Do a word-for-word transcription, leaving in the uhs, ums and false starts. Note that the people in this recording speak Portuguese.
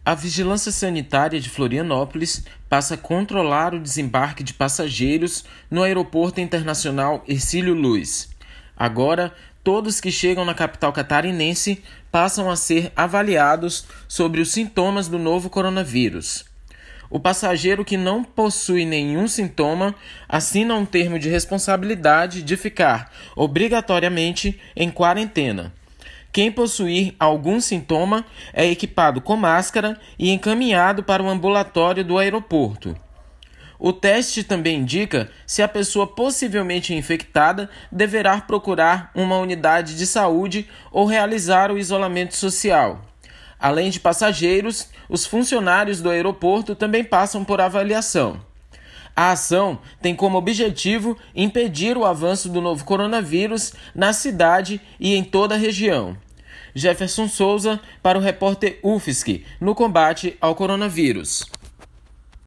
A Vigilância Sanitária de Florianópolis passa a controlar o desembarque de passageiros no Aeroporto Internacional Hercílio Luz. Agora, todos que chegam na capital catarinense passam a ser avaliados sobre os sintomas do novo coronavírus. O passageiro que não possui nenhum sintoma assina um termo de responsabilidade de ficar obrigatoriamente em quarentena. Quem possuir algum sintoma é equipado com máscara e encaminhado para o ambulatório do aeroporto. O teste também indica se a pessoa possivelmente infectada deverá procurar uma unidade de saúde ou realizar o isolamento social. Além de passageiros, os funcionários do aeroporto também passam por avaliação. A ação tem como objetivo impedir o avanço do novo coronavírus na cidade e em toda a região. Jefferson Souza para o repórter U F S C no combate ao coronavírus.